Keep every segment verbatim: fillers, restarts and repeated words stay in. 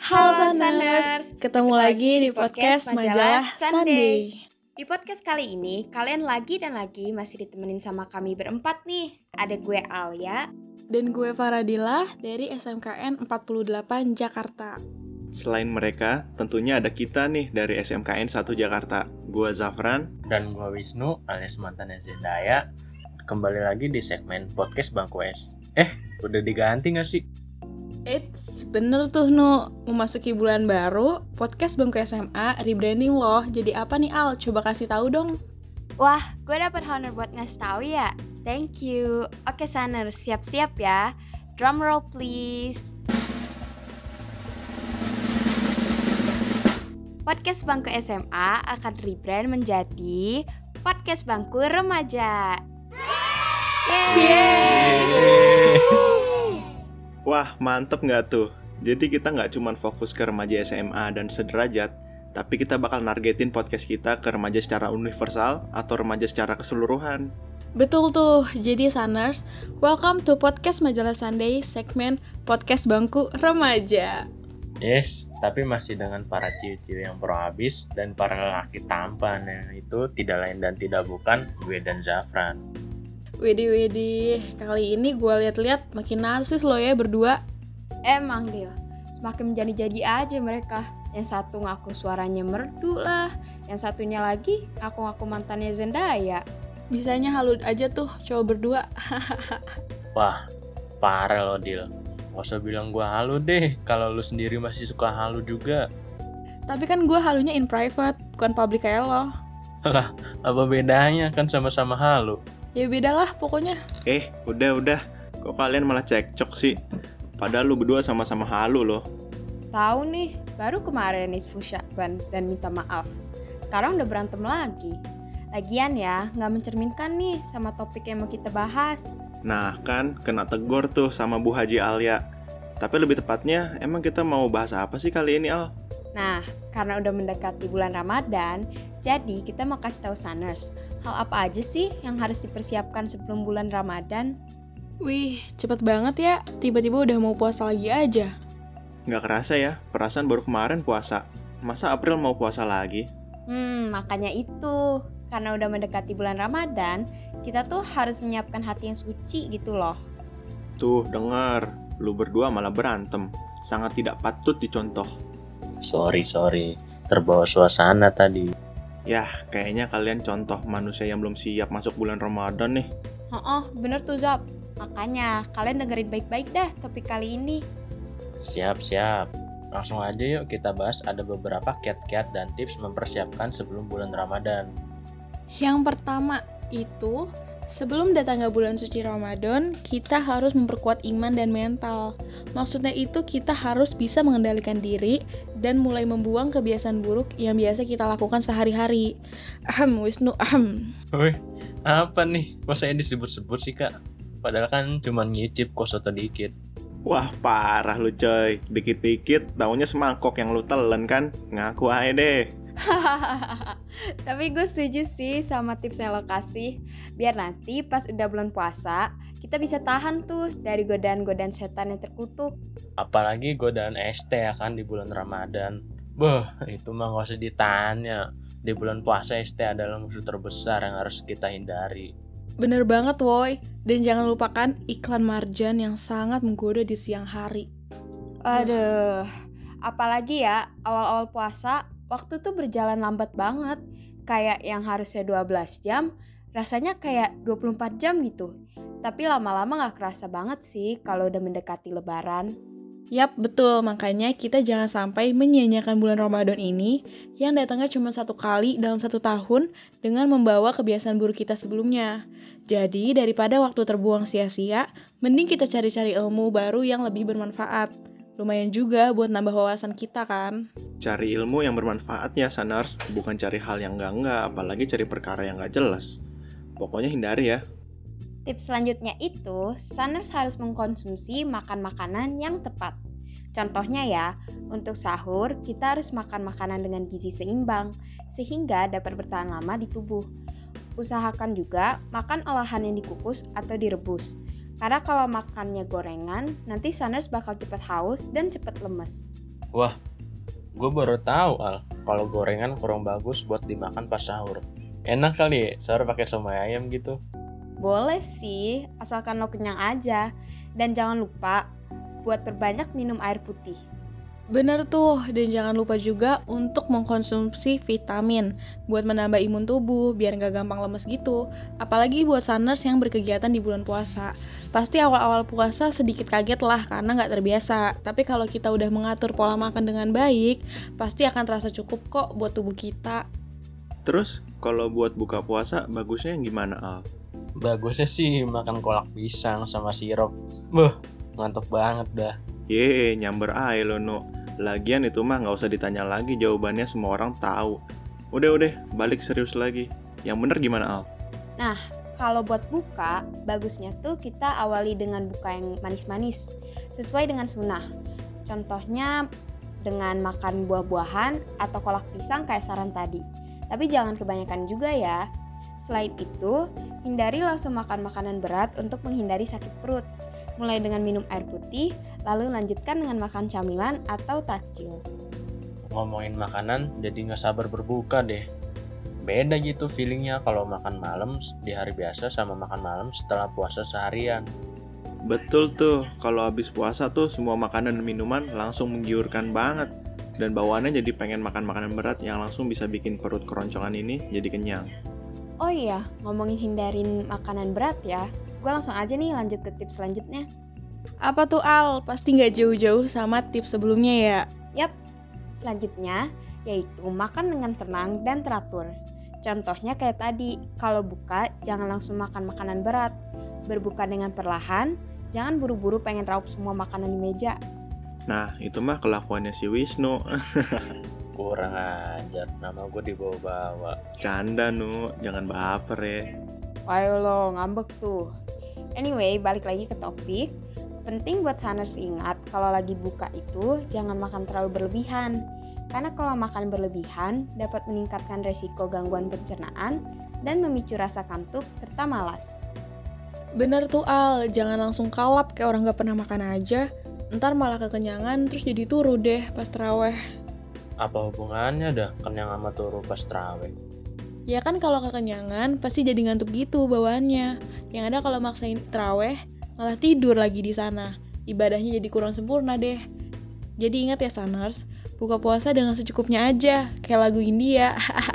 Halo Saners, ketemu lagi di podcast Majalah Sunday. Di podcast kali ini, kalian lagi dan lagi masih ditemenin sama kami berempat nih. Ada gue Alia dan gue Faradilah dari S M K N empat puluh delapan Jakarta. Selain mereka, tentunya ada kita nih dari S M K N satu Jakarta. Gue Zafran dan gue Wisnu alias mantan Zendaya. Kembali lagi di segmen podcast Bangku S. Eh, udah diganti gak sih? Eits, bener tuh Nu, memasuki bulan baru, podcast Bangku S M A rebranding loh. Jadi apa nih Al? Coba kasih tahu dong. Wah, gue dapet honor buat ngasih tahu ya. Thank you. Oke Saners, siap-siap ya. Drum roll please. Podcast Bangku S M A akan rebrand menjadi Podcast Bangku Remaja. Yeay! Yeay! Wah, mantep nggak tuh? Jadi kita nggak cuma fokus ke remaja S M A dan sederajat, tapi kita bakal nargetin podcast kita ke remaja secara universal atau remaja secara keseluruhan. Betul tuh, jadi Saners, welcome to podcast Majalah Sunday segmen podcast Bangku Remaja. Yes, tapi masih dengan para ciwi-ciwi yang pro habis dan para lelaki tampan yang itu tidak lain dan tidak bukan gue dan Zafran. Widih widih, kali ini gue liat-liat makin narsis lo ya berdua. Emang Dil, semakin menjadi-jadi aja mereka. Yang satu ngaku suaranya merdu lah, yang satunya lagi ngaku-ngaku mantannya Zendaya. Bisanya halu aja tuh cowok berdua. Wah, parah lo Dil. Gak usah bilang gue halu deh, kalau lu sendiri masih suka halu juga. Tapi kan gue halunya in private, bukan public kayak lo. Lah, apa bedanya, kan sama-sama halu. Ya bedalah pokoknya. Eh, udah-udah. Kok kalian malah cekcok sih? Padahal lu berdua sama-sama halu loh. Tahu nih, baru kemarin Nisfu Syakban dan minta maaf. Sekarang udah berantem lagi. Lagian ya, gak mencerminkan nih sama topik yang mau kita bahas. Nah kan, kena tegur tuh sama Bu Haji Alia. Tapi lebih tepatnya, emang kita mau bahas apa sih kali ini, Al? Nah, karena udah mendekati bulan Ramadan, jadi kita mau kasih tahu Saners, hal apa aja sih yang harus dipersiapkan sebelum bulan Ramadan? Wih, cepet banget ya, tiba-tiba udah mau puasa lagi aja. Nggak kerasa ya, perasaan baru kemarin puasa. Masa April mau puasa lagi? Hmm, makanya itu, karena udah mendekati bulan Ramadan, kita tuh harus menyiapkan hati yang suci gitu loh. Tuh, dengar, lu berdua malah berantem. Sangat tidak patut dicontoh. Sorry, sorry. Terbawa suasana tadi. Yah, kayaknya kalian contoh manusia yang belum siap masuk bulan Ramadan nih. Oh, bener tuh Zap. Makanya, kalian dengerin baik-baik dah topik kali ini. Siap, siap. Langsung aja yuk kita bahas ada beberapa kiat-kiat dan tips mempersiapkan sebelum bulan Ramadan. Yang pertama itu, sebelum datangnya bulan suci Ramadan, kita harus memperkuat iman dan mental. Maksudnya itu kita harus bisa mengendalikan diri dan mulai membuang kebiasaan buruk yang biasa kita lakukan sehari-hari. Ahem, Wisnu, ahem. Wih, apa nih? Kok saya disebut-sebut sih kak? Padahal kan cuma ngicip kok soto dikit. Wah, parah lu coy. Dikit-dikit, taunya semangkok yang lu telen kan? Ngaku aja deh. Tapi gue setuju sih sama tipsnya lo kasih. Biar nanti pas udah bulan puasa, kita bisa tahan tuh dari godaan-godaan setan yang terkutuk. Apalagi godaan S T ya kan di bulan Ramadan. Beuh, itu mah gak usah ditanya. Di bulan puasa S T adalah musuh terbesar yang harus kita hindari. Bener banget woy. Dan jangan lupakan iklan marjan yang sangat menggoda di siang hari. Aduh, apalagi ya awal-awal puasa, waktu tuh berjalan lambat banget. Kayak yang harusnya dua belas jam, rasanya kayak dua puluh empat jam gitu. Tapi lama-lama gak kerasa banget sih kalau udah mendekati lebaran. Yap, betul. Makanya kita jangan sampai menyia-nyiakan bulan Ramadan ini yang datangnya cuma satu kali dalam satu tahun dengan membawa kebiasaan buruk kita sebelumnya. Jadi, daripada waktu terbuang sia-sia, mending kita cari-cari ilmu baru yang lebih bermanfaat. Lumayan juga buat nambah wawasan kita kan. Cari ilmu yang bermanfaat ya Saners, bukan cari hal yang enggak-enggak, apalagi cari perkara yang enggak jelas. Pokoknya hindari ya. Tips selanjutnya itu, Saners harus mengkonsumsi makan makanan yang tepat. Contohnya ya, untuk sahur kita harus makan makanan dengan gizi seimbang, sehingga dapat bertahan lama di tubuh. Usahakan juga makan olahan yang dikukus atau direbus. Karena kalau makannya gorengan, nanti Saners bakal cepat haus dan cepat lemes. Wah, gue baru tahu Al, kalau gorengan kurang bagus buat dimakan pas sahur. Enak kali sahur pakai somai ayam gitu. Boleh sih, asalkan lo kenyang aja. Dan jangan lupa buat perbanyak minum air putih. Bener tuh, dan jangan lupa juga untuk mengkonsumsi vitamin buat menambah imun tubuh biar nggak gampang lemes gitu. Apalagi buat Saners yang berkegiatan di bulan puasa. Pasti awal-awal puasa sedikit kaget lah karena nggak terbiasa. Tapi kalau kita udah mengatur pola makan dengan baik, pasti akan terasa cukup kok buat tubuh kita. Terus kalau buat buka puasa bagusnya yang gimana, Al? Bagusnya sih makan kolak pisang sama sirup. Beuh, mantep banget dah. Ye, nyamber aja lo, no. Lagian itu mah nggak usah ditanya lagi, jawabannya semua orang tahu. Udah-udah, balik serius lagi. Yang bener gimana, Al? Nah, kalau buat buka, bagusnya tuh kita awali dengan buka yang manis-manis, sesuai dengan sunnah. Contohnya dengan makan buah-buahan atau kolak pisang kayak saran tadi. Tapi jangan kebanyakan juga ya. Selain itu, hindari langsung makan makanan berat untuk menghindari sakit perut. Mulai dengan minum air putih, lalu lanjutkan dengan makan camilan atau takjil. Ngomongin makanan jadi gak sabar berbuka deh. Beda gitu feelingnya kalau makan malam di hari biasa sama makan malam setelah puasa seharian. Betul tuh, kalau habis puasa tuh semua makanan dan minuman langsung menggiurkan banget. Dan bawaannya jadi pengen makan makanan berat yang langsung bisa bikin perut keroncongan ini jadi kenyang. Oh iya, ngomongin hindarin makanan berat ya. Gue langsung aja nih lanjut ke tips selanjutnya. Apa tuh Al? Pasti nggak jauh-jauh sama tips sebelumnya ya? Yap, selanjutnya yaitu makan dengan tenang dan teratur. Contohnya kayak tadi, kalau buka jangan langsung makan makanan berat. Berbuka dengan perlahan, jangan buru-buru pengen raup semua makanan di meja. Nah, itu mah kelakuannya si Wisnu. Kurang ajar, nama gue dibawa-bawa. Canda, Nu. Jangan baper ya. Ayo lo, ngambek tuh. Anyway, balik lagi ke topik. Penting buat Saners ingat kalau lagi buka itu jangan makan terlalu berlebihan. Karena kalau makan berlebihan dapat meningkatkan resiko gangguan pencernaan dan memicu rasa kantuk serta malas. Bener tuh Al, jangan langsung kalap kayak orang gak pernah makan aja. Ntar malah kekenyangan terus jadi turu deh pas terawih. Apa hubungannya dah kenyang sama turu pas terawih? Ya kan kalau kekenyangan pasti jadi ngantuk gitu bawaannya. Yang ada kalau maksain terawih malah tidur lagi di sana. Ibadahnya jadi kurang sempurna deh. Jadi ingat ya Saners, buka puasa dengan secukupnya aja, kayak lagu India.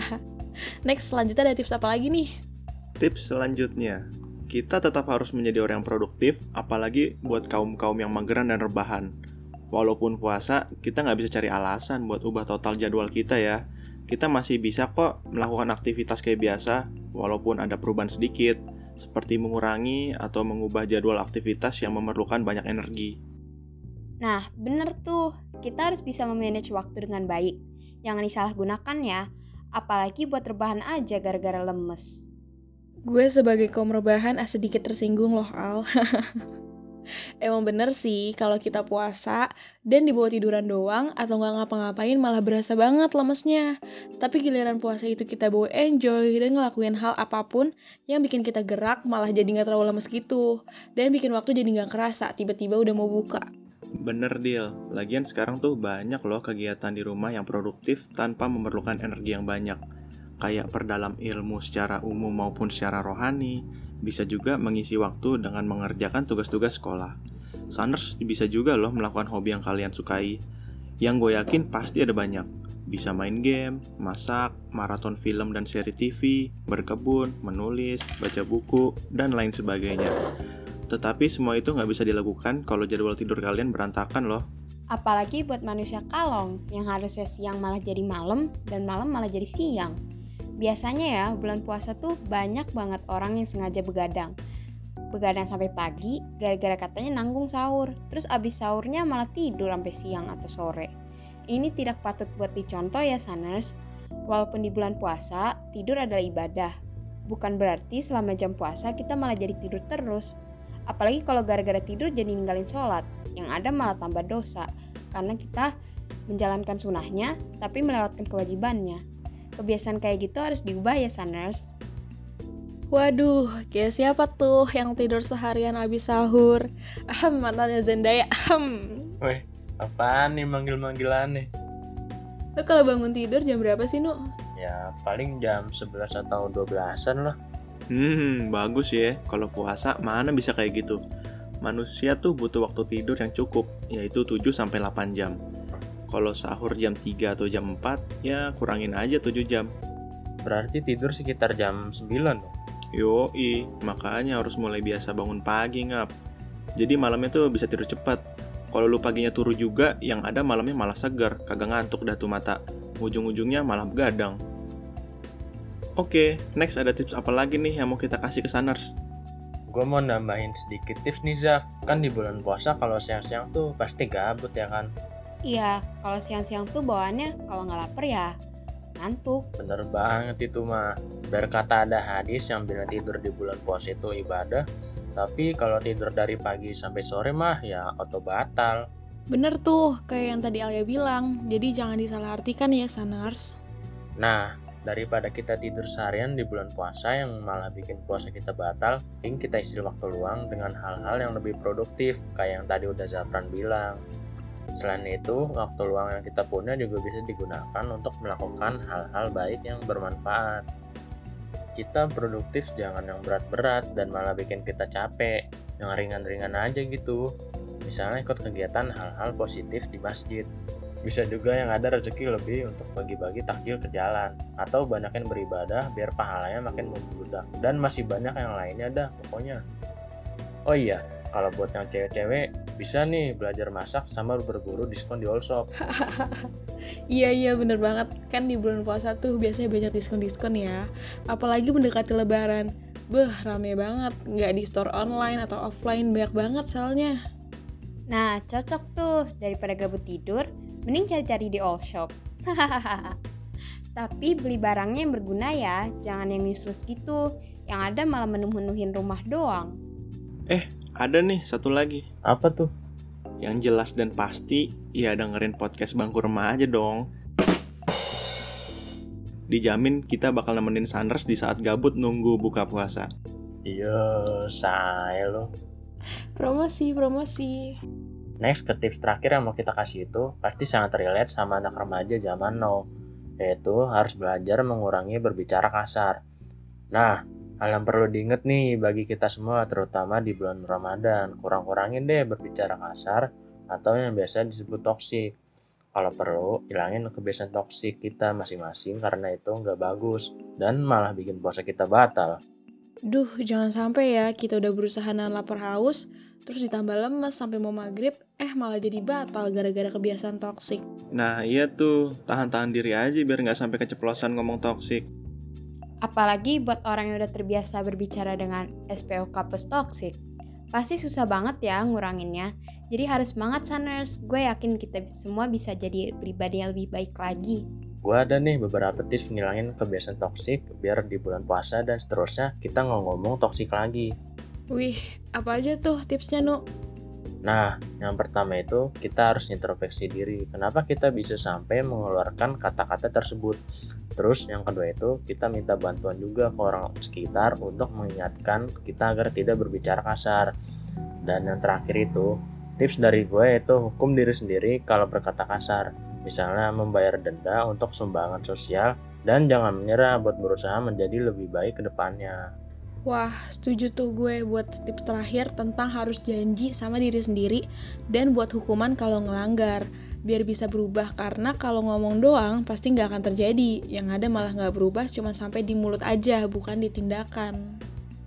Next, selanjutnya ada tips apa lagi nih? Tips selanjutnya, kita tetap harus menjadi orang yang produktif, apalagi buat kaum-kaum yang mageran dan rebahan. Walaupun puasa, kita nggak bisa cari alasan buat ubah total jadwal kita ya. Kita masih bisa kok melakukan aktivitas kayak biasa, walaupun ada perubahan sedikit, seperti mengurangi atau mengubah jadwal aktivitas yang memerlukan banyak energi. Nah, bener tuh, kita harus bisa memanage waktu dengan baik. Jangan disalahgunakan ya, apalagi buat rebahan aja gara-gara lemes. Gue sebagai kaum rebahan ah sedikit tersinggung loh Al. Emang bener sih kalau kita puasa dan dibawa tiduran doang atau gak ngapa-ngapain malah berasa banget lemesnya. Tapi giliran puasa itu kita bawa enjoy dan ngelakuin hal apapun yang bikin kita gerak malah jadi gak terlalu lemes gitu. Dan bikin waktu jadi gak kerasa tiba-tiba udah mau buka. Bener Dil, lagian sekarang tuh banyak loh kegiatan di rumah yang produktif tanpa memerlukan energi yang banyak. Kayak perdalam ilmu secara umum maupun secara rohani, bisa juga mengisi waktu dengan mengerjakan tugas-tugas sekolah. Saners bisa juga loh melakukan hobi yang kalian sukai. Yang gue yakin pasti ada banyak. Bisa main game, masak, maraton film dan seri T V, berkebun, menulis, baca buku, dan lain sebagainya. Tetapi semua itu nggak bisa dilakukan kalau jadwal tidur kalian berantakan loh. Apalagi buat manusia kalong yang harusnya siang malah jadi malam dan malam malah jadi siang. Biasanya ya bulan puasa tuh banyak banget orang yang sengaja begadang. Begadang sampai pagi gara-gara katanya nanggung sahur. Terus abis sahurnya malah tidur sampai siang atau sore. Ini tidak patut buat dicontoh ya Saners. Walaupun di bulan puasa tidur adalah ibadah. Bukan berarti selama jam puasa kita malah jadi tidur terus. Apalagi kalau gara-gara tidur jadi ninggalin sholat, yang ada malah tambah dosa, karena kita menjalankan sunahnya, tapi melewatkan kewajibannya. Kebiasaan kayak gitu harus diubah ya Saners. Waduh, kayak siapa tuh yang tidur seharian abis sahur? Ahem, mantannya Zendaya, ahem. Weh, Apaan nih manggil-manggilan nih? Lo kalau bangun tidur jam berapa sih, Nu? Ya paling jam sebelas atau dua belasan lah. Hmm, bagus ya. Kalau puasa mana bisa kayak gitu. Manusia tuh butuh waktu tidur yang cukup, yaitu tujuh sampai delapan jam. Kalau sahur jam tiga atau jam empat, ya kurangin aja tujuh jam. Berarti tidur sekitar jam sembilan loh. Yoi, makanya harus mulai biasa bangun pagi, Ngap. Jadi malamnya tuh bisa tidur cepat. Kalau lu paginya turu juga, yang ada malamnya malah segar, kagak ngantuk dah tuh mata. Ujung-ujungnya malah begadang. Oke, next ada tips apa lagi nih yang mau kita kasih ke Saners? Gue mau nambahin sedikit tips nih Zaf. Kan di bulan puasa kalau siang-siang tuh pasti gabut ya kan? Iya, kalau siang-siang tuh bawaannya kalau nggak lapar ya ngantuk. Bener banget itu mah. Berkata ada hadis yang bilang tidur di bulan puasa itu ibadah, tapi kalau tidur dari pagi sampai sore mah ya auto batal. Bener tuh, kayak yang tadi Alia bilang. Jadi jangan disalahartikan ya, Saners. Nah, daripada kita tidur seharian di bulan puasa yang malah bikin puasa kita batal, mending kita isi waktu luang dengan hal-hal yang lebih produktif, kayak yang tadi udah Zafran bilang. Selain itu, waktu luang yang kita punya juga bisa digunakan untuk melakukan hal-hal baik yang bermanfaat. Kita produktif jangan yang berat-berat dan malah bikin kita capek, yang ringan-ringan aja gitu. Misalnya ikut kegiatan hal-hal positif di masjid. Bisa juga yang ada rezeki lebih untuk bagi-bagi takjil ke jalan, atau banyakin beribadah biar pahalanya makin membludak. Dan masih banyak yang lainnya dah pokoknya. Oh iya, kalau buat yang cewek-cewek bisa nih belajar masak sama berburu diskon di all shop. Iya iya bener banget, kan di bulan puasa tuh biasanya banyak diskon-diskon ya. Apalagi mendekati lebaran. Beh, rame banget, nggak di store online atau offline, banyak banget soalnya. Nah, cocok tuh, daripada gabut tidur, mending cari-cari di all shop. Tapi beli barangnya yang berguna ya, jangan yang useless gitu. Yang ada malah menu-menuhin rumah doang. Eh, ada nih satu lagi. Apa tuh? Yang jelas dan pasti, ya dengerin podcast Bangku Remaja dong. Dijamin kita bakal nemenin Saners di saat gabut nunggu buka puasa. Iya, saya loh. Promosi, promosi. Next ke tips terakhir yang mau kita kasih itu pasti sangat relate sama anak remaja zaman now, yaitu harus belajar mengurangi berbicara kasar. Nah, hal yang perlu diingat nih bagi kita semua terutama di bulan Ramadan, kurang-kurangin deh berbicara kasar atau yang biasa disebut toksik. Kalau perlu, hilangin kebiasaan toksik kita masing-masing karena itu nggak bagus dan malah bikin puasa kita batal. Duh, jangan sampai ya kita udah berusaha nahan lapar haus, terus ditambah lemes sampai mau maghrib, eh malah jadi batal gara-gara kebiasaan toksik. Nah iya tuh, tahan-tahan diri aja biar nggak sampai keceplosan ngomong toksik. Apalagi buat orang yang udah terbiasa berbicara dengan S P O K plus toxic. Pasti susah banget ya nguranginnya. Jadi harus semangat Saners. Gue yakin kita semua bisa jadi pribadi yang lebih baik lagi. Gue ada nih beberapa tips ngilangin kebiasaan toksik biar di bulan puasa dan seterusnya kita nggak ngomong toksik lagi. Wih, apa aja tuh tipsnya, Nu? Nah, yang pertama itu kita harus introspeksi diri. Kenapa kita bisa sampai mengeluarkan kata-kata tersebut? Terus yang kedua itu kita minta bantuan juga ke orang sekitar untuk mengingatkan kita agar tidak berbicara kasar. Dan yang terakhir itu tips dari gue itu hukum diri sendiri kalau berkata kasar. Misalnya membayar denda untuk sumbangan sosial dan jangan menyerah buat berusaha menjadi lebih baik ke depannya. Wah, setuju tuh gue buat tips terakhir tentang harus janji sama diri sendiri dan buat hukuman kalau ngelanggar. Biar bisa berubah, karena kalau ngomong doang pasti nggak akan terjadi. Yang ada malah nggak berubah, cuma sampai di mulut aja, bukan di tindakan.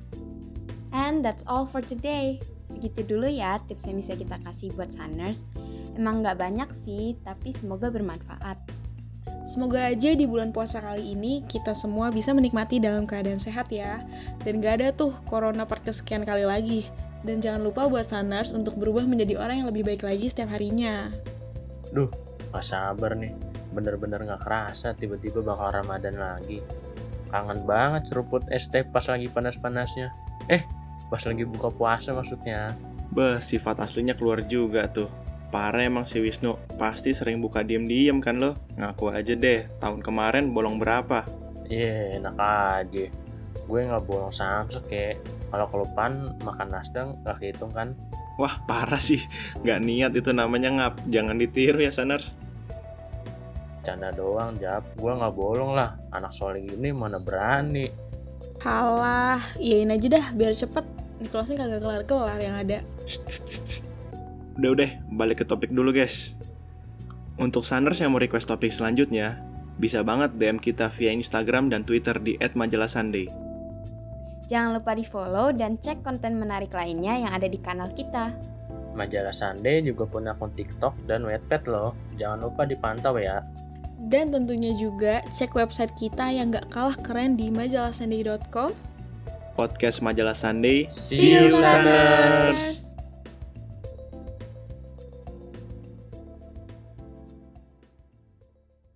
And that's all for today. Segitu dulu ya tips yang bisa kita kasih buat Saners. Emang nggak banyak sih, tapi semoga bermanfaat. Semoga aja di bulan puasa kali ini kita semua bisa menikmati dalam keadaan sehat ya. Dan gak ada tuh corona part kesekian kali lagi. Dan jangan lupa buat Saners untuk berubah menjadi orang yang lebih baik lagi setiap harinya. Duh, gak sabar nih. Bener-bener gak kerasa tiba-tiba bakal Ramadan lagi. Kangen banget seruput es teh pas lagi panas-panasnya. Eh, pas lagi buka puasa maksudnya. Bah, sifat aslinya keluar juga tuh. Parah emang si Wisnu, pasti sering buka diem-diem kan lo? Ngaku aja deh, tahun kemarin bolong berapa? Iya, yeah, enak aja. Gue gak bolong samsek ya. Kalau kelupaan makan nasdaq gak kehitung kan? Wah, parah sih. Nggak niat itu namanya ngap. Jangan ditiru ya, Saners. Canda doang, Jap. Gua nggak bolong lah. Anak soleh gini mana berani. Halah, iyain aja dah biar cepet. Di closing kagak kelar-kelar yang ada. Udah-udah, balik ke topik dulu guys. Untuk Saners yang mau request topik selanjutnya, bisa banget D M kita via Instagram dan Twitter di et majalah sunday. Jangan lupa di-follow dan cek konten menarik lainnya yang ada di kanal kita. Majalah Sunday juga punya akun TikTok dan Wattpad loh. Jangan lupa dipantau ya. Dan tentunya juga cek website kita yang gak kalah keren di majalah sunday dot com. Podcast Majalah Sunday. See you, Saners!